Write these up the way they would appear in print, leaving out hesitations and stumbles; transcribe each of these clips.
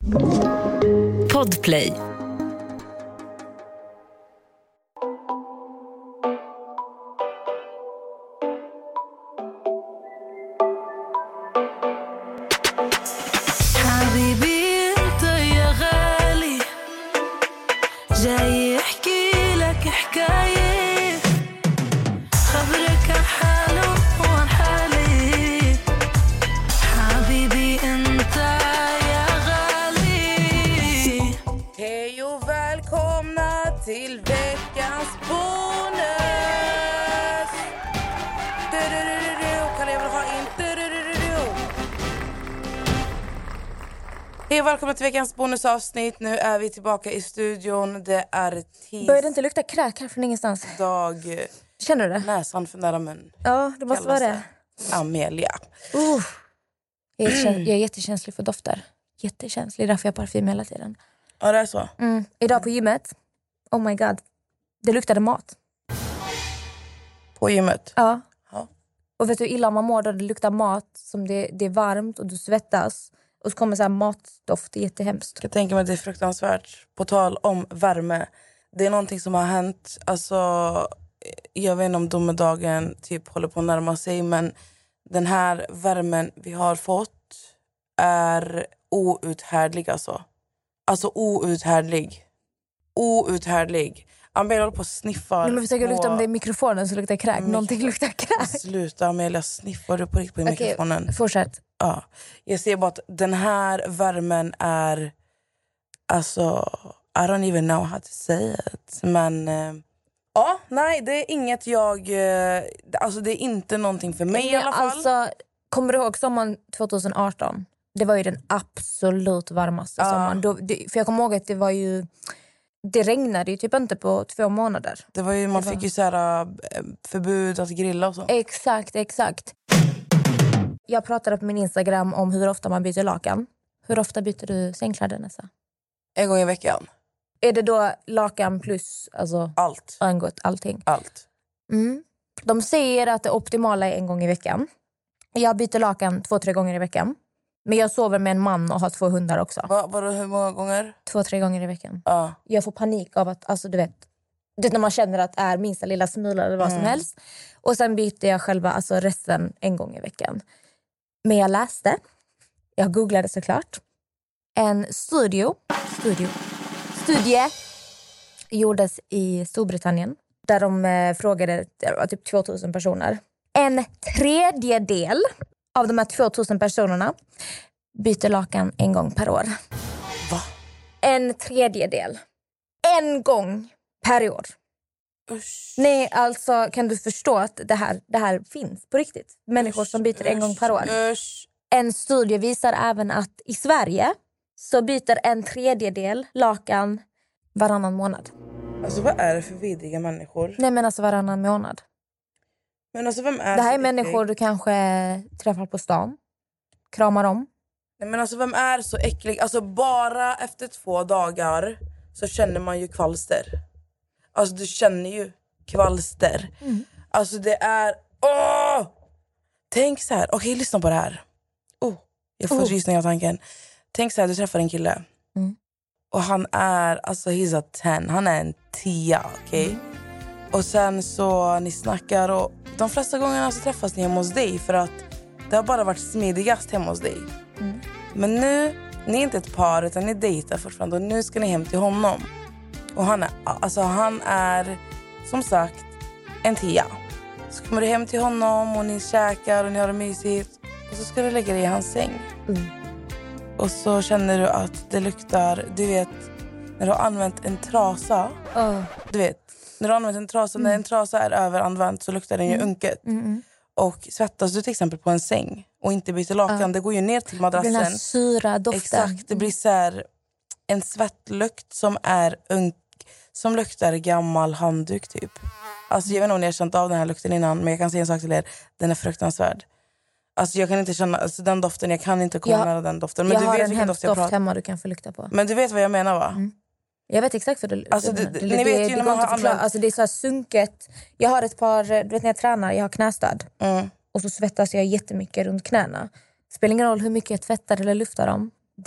Podplay. Till veckans bonus. Kan jag väl ha in? Hej och välkomna till veckans bonusavsnitt. Nu är vi tillbaka i studion. Det är Börjar det inte lukta kräk här från ingenstans? Dag. Känner du det? Näsan för nära mun. Ja, det måste vara det. Amelia. Jag är jättekänslig för dofter. Jättekänslig, därför jag har parfym hela tiden. Ja, det är så. Idag på gymmet. Oh my god. Det luktade mat. På gymmet? Ja. Och vet du hur illa man mår då det luktar mat som det är varmt och du svettas. Och så kommer så här matdoft, det är jättehemskt. Jag tänker mig att det är fruktansvärt. På tal om värme. Det är någonting som har hänt. Alltså, jag vet inte om domedagen typ håller på att närma sig. Men den här värmen vi har fått är outhärdlig alltså. Alltså outhärdlig. Amelia håller på att sniffa. Men försöker lukta om det är mikrofonen så luktar kräk. Någonting luktar kräk. Sluta Amelia, sniffar du på riktigt på mikrofonen? Okej, fortsätt. Ja, jag ser bara att den här värmen är... Alltså, I don't even know how to say it. Men... ja, nej, det är inget jag... Alltså, det är inte någonting för mig i alla fall. Alltså, kommer du ihåg sommaren 2018? Det var ju den absolut varmaste sommaren. För jag kommer ihåg att det var ju... Det regnade ju typ inte på 2 månader. Det var ju, man fick ju så här förbud att grilla och så. Exakt. Jag pratade på min Instagram om hur ofta man byter lakan. Hur ofta byter du sängkläder, Nessa? 1 gång i veckan. Är det då lakan plus alltså, allt? Allting? Allt. De säger att det optimala är 1 gång i veckan. Jag byter lakan 2-3 gånger i veckan. Men jag sover med en man och har 2 hundar också. Vadå, hur många gånger? 2-3 gånger i veckan. Ja. Jag får panik av att, alltså du vet när man känner att det är minsta lilla smula eller vad som helst. Och sen byter jag själva, alltså resten 1 gång i veckan. Men jag googlade såklart. En studie gjordes i Storbritannien. Där de frågade typ 2000 personer. 1/3 av de här 2000 personerna byter lakan 1 gång per år. Va? 1/3. 1 gång per år. Usch. Nej, alltså kan du förstå att det här finns på riktigt? Människor som byter 1 gång per år. Usch. En studie visar även att i Sverige så byter 1/3 lakan varannan månad. Alltså vad är det för vidriga människor? Nej men alltså varannan månad. Men alltså vem är det här är så människor äcklig? du kanske träffar på stan. Kramar om. Nej men alltså vem är så äcklig? Alltså bara efter 2 dagar så känner man ju kvalster. Alltså du känner ju kvalster. Alltså det är... Tänk så här. Okej, lyssna på det här. Jag får rysningar av tanken. Tänk så här, du träffar en kille. Och han är, alltså he's a 10. Han är en 10, okej? Och sen så ni snackar och de flesta gångerna så träffas ni hemma hos dig för att det har bara varit smidigast hemma hos dig. Men nu, ni är inte ett par utan ni dejtar fortfarande och nu ska ni hem till honom. Och han är som sagt en 10. Så kommer du hem till honom och ni käkar och ni har det mysigt. Och så ska du lägga dig i hans säng. Och så känner du att det luktar, du vet, när du har använt en trasa. Du vet, när du har använt en trasa, när en trasa är överanvänd så luktar den ju unket. Och svettas du till exempel på en säng och inte byter lakan, det går ju ner till madrassen. Den här syra doften. Exakt, det blir så här en svettlukt som är som luktar gammal handduk typ. Alltså jag vet inte om ni har känt av den här lukten innan, men jag kan säga en sak till er, den är fruktansvärd. Alltså jag kan inte känna, alltså den doften, jag kan inte komma nära den doften. Men jag du har vet en hemsk doft hemma du kan få lukta på. Men du vet vad jag menar va? Jag vet exakt vad det alltså, ni vet ju när man har använt... Alltså det är så här sunket. Jag har ett par, du vet när jag tränar, jag har knästöd. Och så svettas jag jättemycket runt knäna. Spelar ingen roll hur mycket jag tvättar eller luftar dem.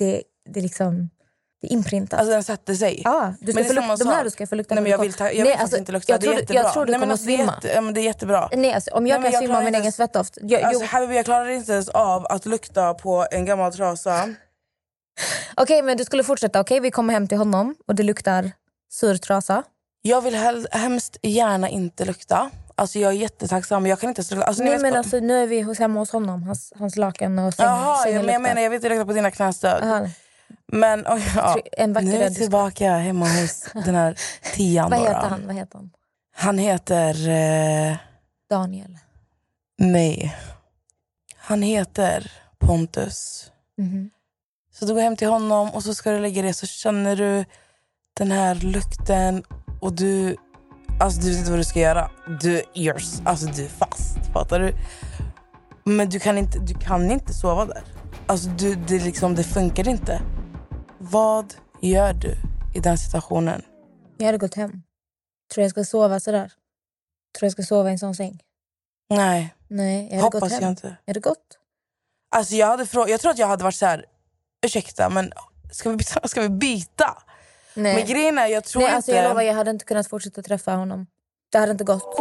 det liksom... Det är inprintat. Alltså den sätter sig. Ja, du ska de här du ska få lukta. Nej, men jag vill faktiskt inte lukta. Det är jättebra. Jag tror du kommer svimma. Det är jättebra. Nej, alltså, om jag kan svimma av min egen svettdoft. Jag klarar inte ens av att lukta på en gammal trasa. Okej, men du skulle fortsätta. Okej, vi kommer hem till honom och det luktar sur trasa. Jag vill hemskt gärna inte lukta. Alltså jag är jättetacksam, jag kan inte lukta. Alltså, nej, men alltså, nu är vi hemma hos honom. Hans lakan och sängen. Jaha, jag vill inte lukta på dina knästöd. Aha. Men nu är vi tillbaka hemma hos den här tian. Vad heter han? Han heter... Daniel. Nej. Han heter Pontus. Mm-hmm. Så du går hem till honom och så ska du lägga det, så känner du den här lukten och du... Alltså du vet vad du ska göra. Du är fast, fattar du? Men du kan inte sova där. Alltså det funkar inte. Vad gör du i den situationen? Jag hade gått hem. Tror jag ska sova sådär? Tror jag ska sova i en sån säng? Nej, jag hade hoppas gått hem. Jag inte. Jag hade gått. Alltså jag tror att jag hade varit så här: ursäkta, men ska vi byta? Nej. Men grejen är, jag tror inte... Alltså jag lovar, jag hade inte kunnat fortsätta träffa honom. Det hade inte gått.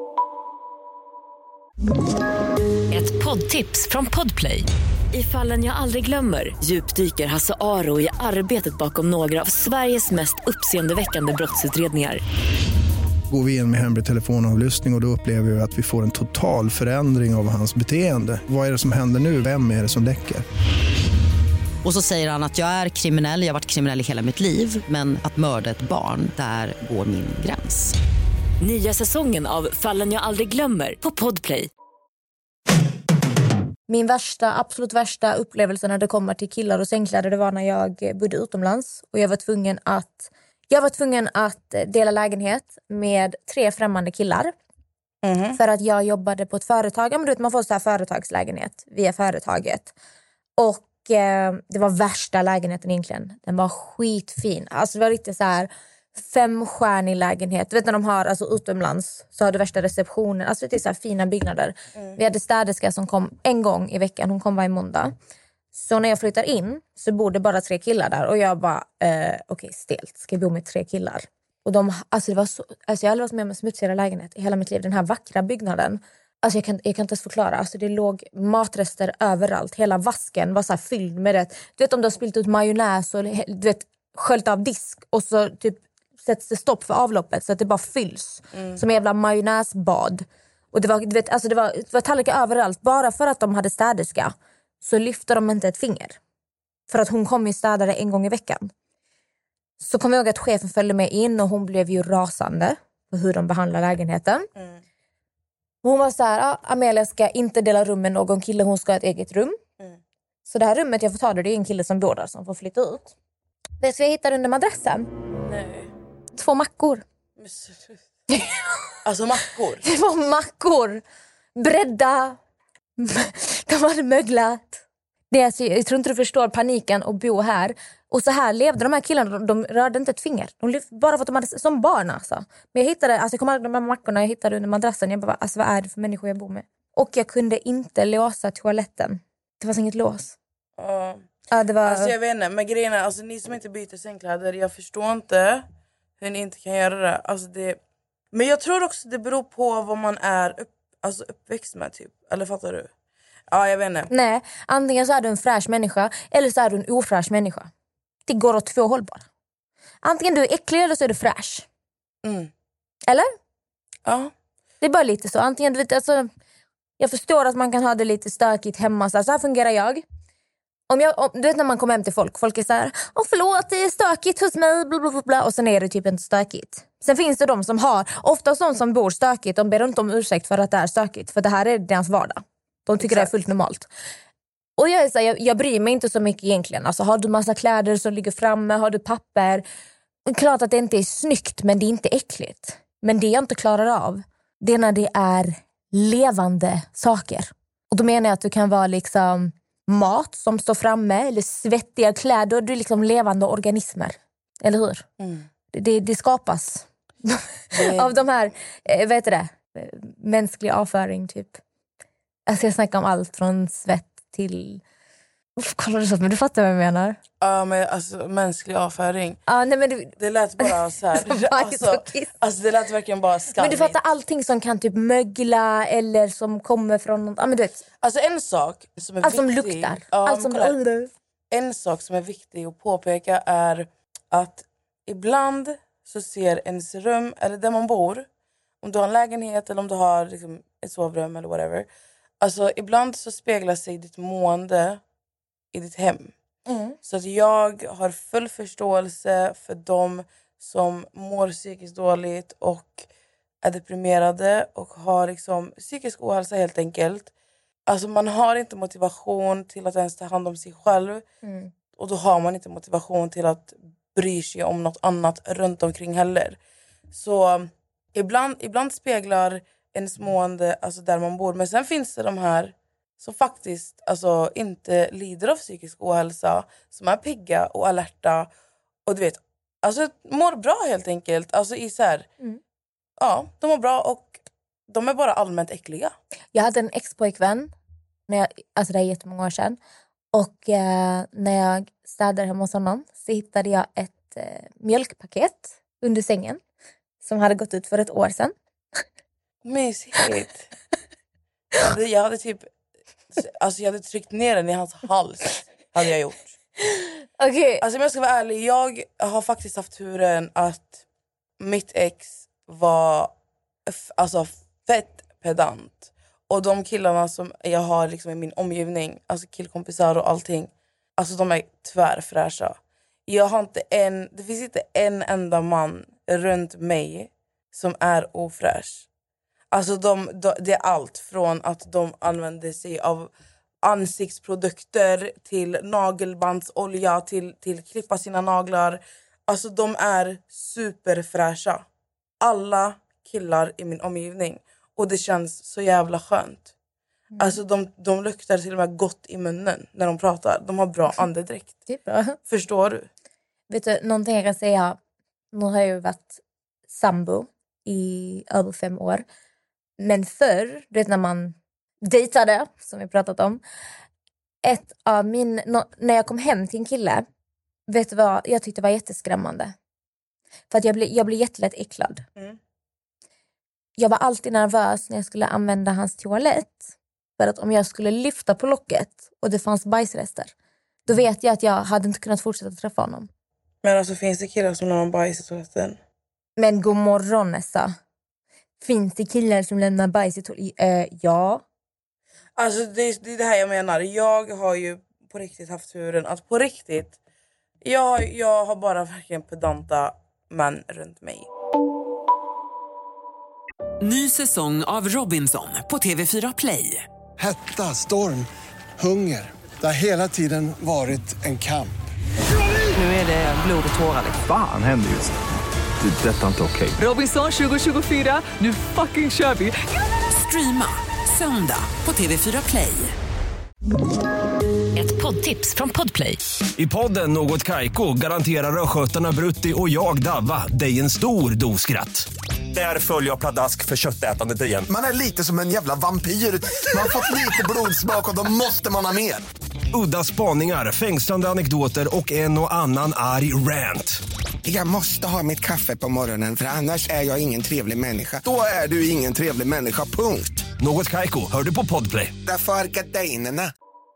Ett poddtips från Podplay. I Fallen jag aldrig glömmer djupdyker Hasse Aro i arbetet bakom några av Sveriges mest uppseendeväckande brottsutredningar. Går vi in med hemlig telefonavlyssning och då upplever vi att vi får en total förändring av hans beteende. Vad är det som händer nu? Vem är det som läcker? Och så säger han att jag är kriminell, jag har varit kriminell i hela mitt liv. Men att mörda ett barn, där går min gräns. Nya säsongen av Fallen jag aldrig glömmer på Podplay. Min absolut värsta upplevelse när det kommer till killar och sängkläder, det var när jag bodde utomlands. Och jag var tvungen att dela lägenhet med 3 främmande killar. Mm. För att jag jobbade på ett företag. Ja, men du vet, man får så här företagslägenhet via företaget. Och det var värsta lägenheten egentligen. Den var skitfin. Alltså det var riktigt så här 5-stjärnig lägenhet. Du vet när de har alltså utomlands så har du värsta receptionen. Alltså det är så här fina byggnader. Vi hade städerska som kom en gång i veckan. Hon kom varje måndag. Så när jag flyttar in så bor det bara 3 killar där. Och jag bara, okej, stelt. Ska jag bo med 3 killar? Och det var så... Alltså jag har aldrig varit med om en smutsigare lägenhet i hela mitt liv. Den här vackra byggnaden. Alltså jag kan inte ens förklara. Alltså det låg matrester överallt. Hela vasken var så här fylld med det. Du vet om du har spillt ut majonnäs och du vet, sköljt av disk. Och så typ sätts det stopp för avloppet så att det bara fylls. Som en jävla majonnäsbad. Och det var, du vet, alltså det var tallrikar överallt. Bara för att de hade städerska så lyfte de inte ett finger. För att hon kom ju städare en gång i veckan. Så kom jag ihåg att chefen följde med in och hon blev ju rasande på hur de behandlar lägenheten. Hon var så här, Amelia ska inte dela rum med någon kille, hon ska ha ett eget rum. Så det här rummet jag får ta det är en kille som bor där som får flytta ut. Vet du vad jag hittade under madrassen? Nej. 2 mackor. Alltså mackor? Det var mackor. Bredda. De hade möglat. Det är alltså, jag tror inte du förstår paniken att bo här. Och så här levde de här killarna. De rörde inte ett finger. Bara för att de hade som barn alltså. Men jag hittade, alltså jag kommer ihåg de här mackorna jag hittade under madrassen. Jag bara, alltså vad är det för människor jag bor med? Och jag kunde inte låsa toaletten. Det var inget lås. Ja, det var... Alltså jag vet inte, men grejen är, alltså ni som inte byter sängkläder, jag förstår inte hur ni inte kan göra det. Alltså det... Men jag tror också det beror på vad man är uppväxt med typ. Eller fattar du? Ja, jag vet inte. Nej, antingen så är du en fräsch människa eller så är du en ofräsch människa. Det går åt 2 håll bara. Antingen du är äcklig eller så är du fräsch. Eller? Ja. Det är bara lite så. Antingen, du vet, alltså, jag förstår att man kan ha det lite stökigt hemma. Så här fungerar jag. Du vet när man kommer hem till folk är så här, förlåt, det är stökigt hos mig, blablabla. Och sen är det typ inte stökigt. Sen finns det de som har, ofta de som bor stökigt, de ber inte om ursäkt för att det är stökigt. För det här är deras vardag. De tycker det är fullt normalt. Och jag är så här, jag bryr mig inte så mycket egentligen. Alltså har du massa kläder som ligger framme, har du papper. Klart att det inte är snyggt, men det är inte äckligt. Men det jag inte klarar av, det är när det är levande saker. Och då menar jag att du kan vara liksom mat som står framme eller svettiga kläder. Du är liksom levande organismer. Eller hur? Det skapas av de här, vad heter det? Mänsklig avföring typ. Alltså jag snackar om allt från svett till Kollar du så, men du fattar vad jag menar. Ja, men alltså mänsklig avföring. Nej, men det lät bara så här. alltså det lät verkligen bara skamligt. Men du fattar allting som kan typ mögla eller som kommer från något. Men du vet. Alltså en sak som är allt viktig. Som luktar. Allt som luktar. En sak som är viktig att påpeka är att ibland så ser ens rum, eller där man bor, om du har en lägenhet eller om du har liksom ett sovrum eller whatever. Alltså ibland så speglar sig ditt mående i ditt hem. Så att jag har full förståelse för de som mår psykiskt dåligt och är deprimerade och har liksom psykisk ohälsa helt enkelt. Alltså man har inte motivation till att ens ta hand om sig själv. Och då har man inte motivation till att bry sig om något annat runt omkring heller. Så ibland speglar ens mående alltså där man bor. Men sen finns det de här som faktiskt alltså inte lider av psykisk ohälsa, som är pigga och alerta och du vet, alltså mår bra helt enkelt. Alltså i så här, ja, de mår bra och de är bara allmänt äckliga. Jag hade en ex-pojkvän, alltså det är jättemånga år sedan. Och när jag städade hemma hos honom så hittade jag ett mjölkpaket under sängen som hade gått ut för ett år sedan. Mysigt. Jag hade typ, alltså jag hade tryckt ner den i hans hals. Hade jag gjort. Okay. Alltså om jag ska vara ärlig, jag har faktiskt haft turen att mitt ex var alltså fett pedant. Och de killarna som jag har liksom i min omgivning, alltså killkompisar och allting, alltså de är tvärfräscha. Jag har det finns inte en enda man runt mig som är ofräsch. Alltså det är allt från att de använder sig av ansiktsprodukter till nagelbandsolja till klippa sina naglar. Alltså de är superfräscha. Alla killar i min omgivning. Och det känns så jävla skönt. Alltså de luktar till och med gott i munnen när de pratar. De har bra andedräkt. Det är bra. Förstår du? Vet du, någonting jag kan säga. Nu har jag ju varit sambo i över 5 år. Men förr, du vet när man dejtade, som vi pratat om. När jag kom hem till en kille, vet du vad jag tyckte var jätteskrämmande? För att jag blev jättelätt äcklad. Jag var alltid nervös när jag skulle använda hans toalett. För att om jag skulle lyfta på locket och det fanns bajsrester, då vet jag att jag hade inte kunnat fortsätta träffa honom. Men alltså finns det killar som lämnar bajs i toaletten? Men god morgon, Nessa. Finns det killar som lämnar bajs i toaletten? Ja. Alltså det är det här jag menar. Jag har ju på riktigt haft turen att på riktigt, jag har bara verkligen pedanta män runt mig. Ny säsong av Robinson på TV4 Play. Hetta, storm, hunger. Det har hela tiden varit en kamp. Nu är det blod och tårar. Fan händer just det. Det är detta inte okej. Robinson 2024, nu fucking kör vi. Streama söndag på TV4 Play. Ett poddtips från Podplay. I podden Något Kaiko garanterar röskötarna Brutti och jag Davva dig en stor doskratt. Där följer jag pladask för köttätandet igen. Man är lite som en jävla vampyr. Man har fått lite blodsmak och då måste man ha mer. Udda spaningar, fängslande anekdoter och en och annan arg rant. Jag måste ha mitt kaffe på morgonen för annars är jag ingen trevlig människa. Då är du ingen trevlig människa, punkt. Något Kaiko, hör du på Podplay. Därför är gardinerna.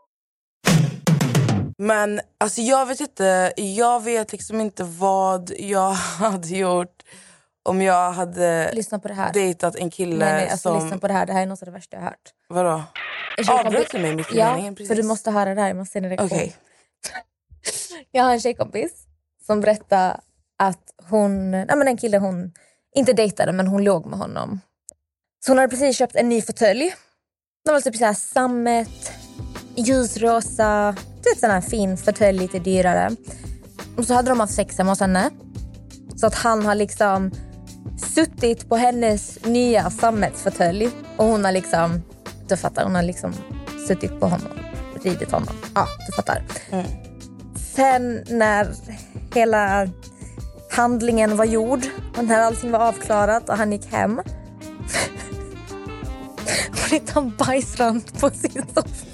Men alltså jag vet liksom inte vad jag hade gjort om jag hade lyssna på det här. Dejtat en kille nej, alltså, som... lyssna på det här. Det här är något av det värsta jag har hört. Vadå? Avbröt du mig mitt i meningen? Ja, för du måste höra det här. Jag måste se det. Okej. Jag har en tjejkompis som berättar att en kille hon inte dejtade, men hon låg med honom. Så hon hade precis köpt en ny fåtölj. Det var typ så här sammet, ljusrosa, typ sån här fin fåtölj, lite dyrare. Och så hade de haft sex hemma hos henne. Så att han har liksom suttit på hennes nya sammetsfåtölj. Och hon har liksom, du fattar, hon har liksom suttit på honom, ridit honom. Ja, du fattar. Sen när hela handlingen var gjord och när allting var avklarat och han gick hem, hon hittade en bajsrand på sin soffa.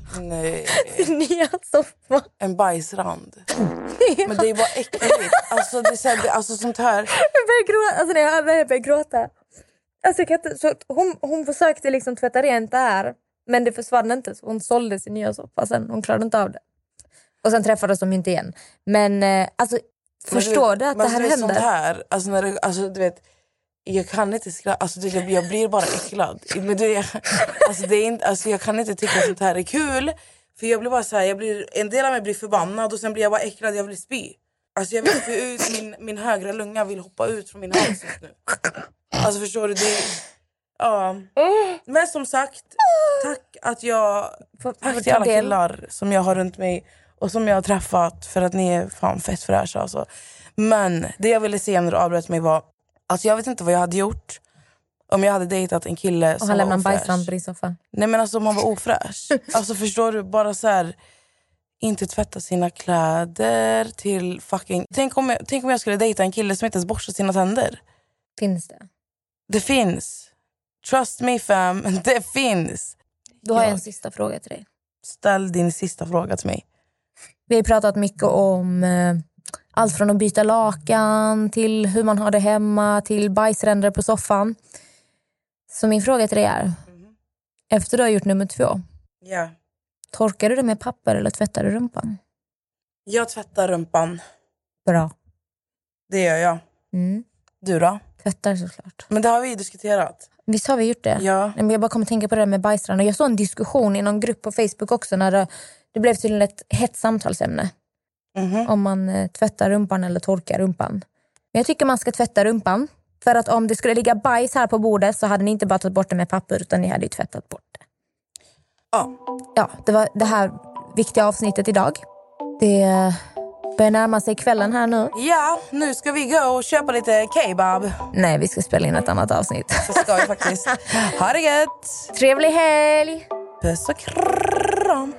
Nej. Nya soffa. En bajsrand. Men det är bara äckligt. Alltså, det är så här, alltså sånt här. Jag börjar gråta. Alltså när jag börjar gråta. Alltså, så hon försökte liksom tvätta rent det här. Men det försvann inte. Så hon sålde sin nya soffa sen. Hon klarade inte av det. Och sen träffades de inte igen. Men alltså, förstår du att det här händer? Sånt här, alltså, när det, alltså du vet, jag kan inte skratta, alltså, jag blir bara äcklad. Men alltså, det är inte, alltså, jag kan inte tycka att sånt här är kul. För jag blir bara så här, en del av mig blir förbannad och sen blir jag bara äcklad, jag vill spy. Alltså jag vill spy ut, min högra lunga vill hoppa ut från min hals just nu. Alltså förstår du, det ja. Men som sagt, tack till alla killar som jag har runt mig och som jag har träffat, för att ni är fan fett fräscha alltså. Men det jag ville se när du avbröt mig var, alltså jag vet inte vad jag hade gjort om jag hade dejtat en kille som han var lämnade en ofräsch. bajsrand på din soffa. Nej men alltså om han var ofräsch. Alltså förstår du, bara så här, inte tvätta sina kläder till fucking... Tänk om jag skulle dejta en kille som inte ens borstar sina tänder. Finns det? Det finns. Trust me fam, det finns. Då har jag en sista fråga till dig. Ställ din sista fråga till mig. Vi har pratat mycket om allt från att byta lakan till hur man har det hemma till bajsränder på soffan. Så min fråga till dig är, efter du har gjort nummer 2, torkar du det med papper eller tvättar du rumpan? Jag tvättar rumpan. Bra. Det gör jag. Du då? Tvättar såklart. Men det har vi diskuterat. Visst har vi gjort det? Ja. Men jag bara kommer tänka på det med bajsränder. Jag såg en diskussion i någon grupp på Facebook också när det blev tydligen ett hett samtalsämne. Om man tvättar rumpan eller torkar rumpan. Men jag tycker man ska tvätta rumpan. För att om det skulle ligga bajs här på bordet så hade ni inte bara tagit bort det med papper utan ni hade ju tvättat bort det. Ja, det var det här viktiga avsnittet idag. Det börjar närma sig kvällen här nu. Ja, nu ska vi gå och köpa lite kebab. Nej, vi ska spela in ett annat avsnitt. Så ska vi faktiskt. Ha det gött! Trevlig helg! Puss och kram!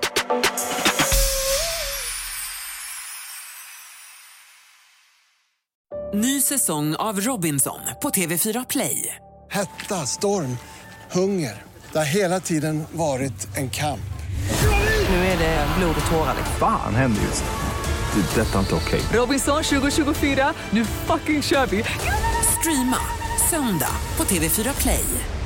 Ny säsong av Robinson på TV4 Play. Hetta, storm, hunger. Det har hela tiden varit en kamp. Nu är det blod och tårar. Fan händer just det. Det är detta inte okej. Robinson 2024, nu fucking kör vi. Streama söndag på TV4 Play.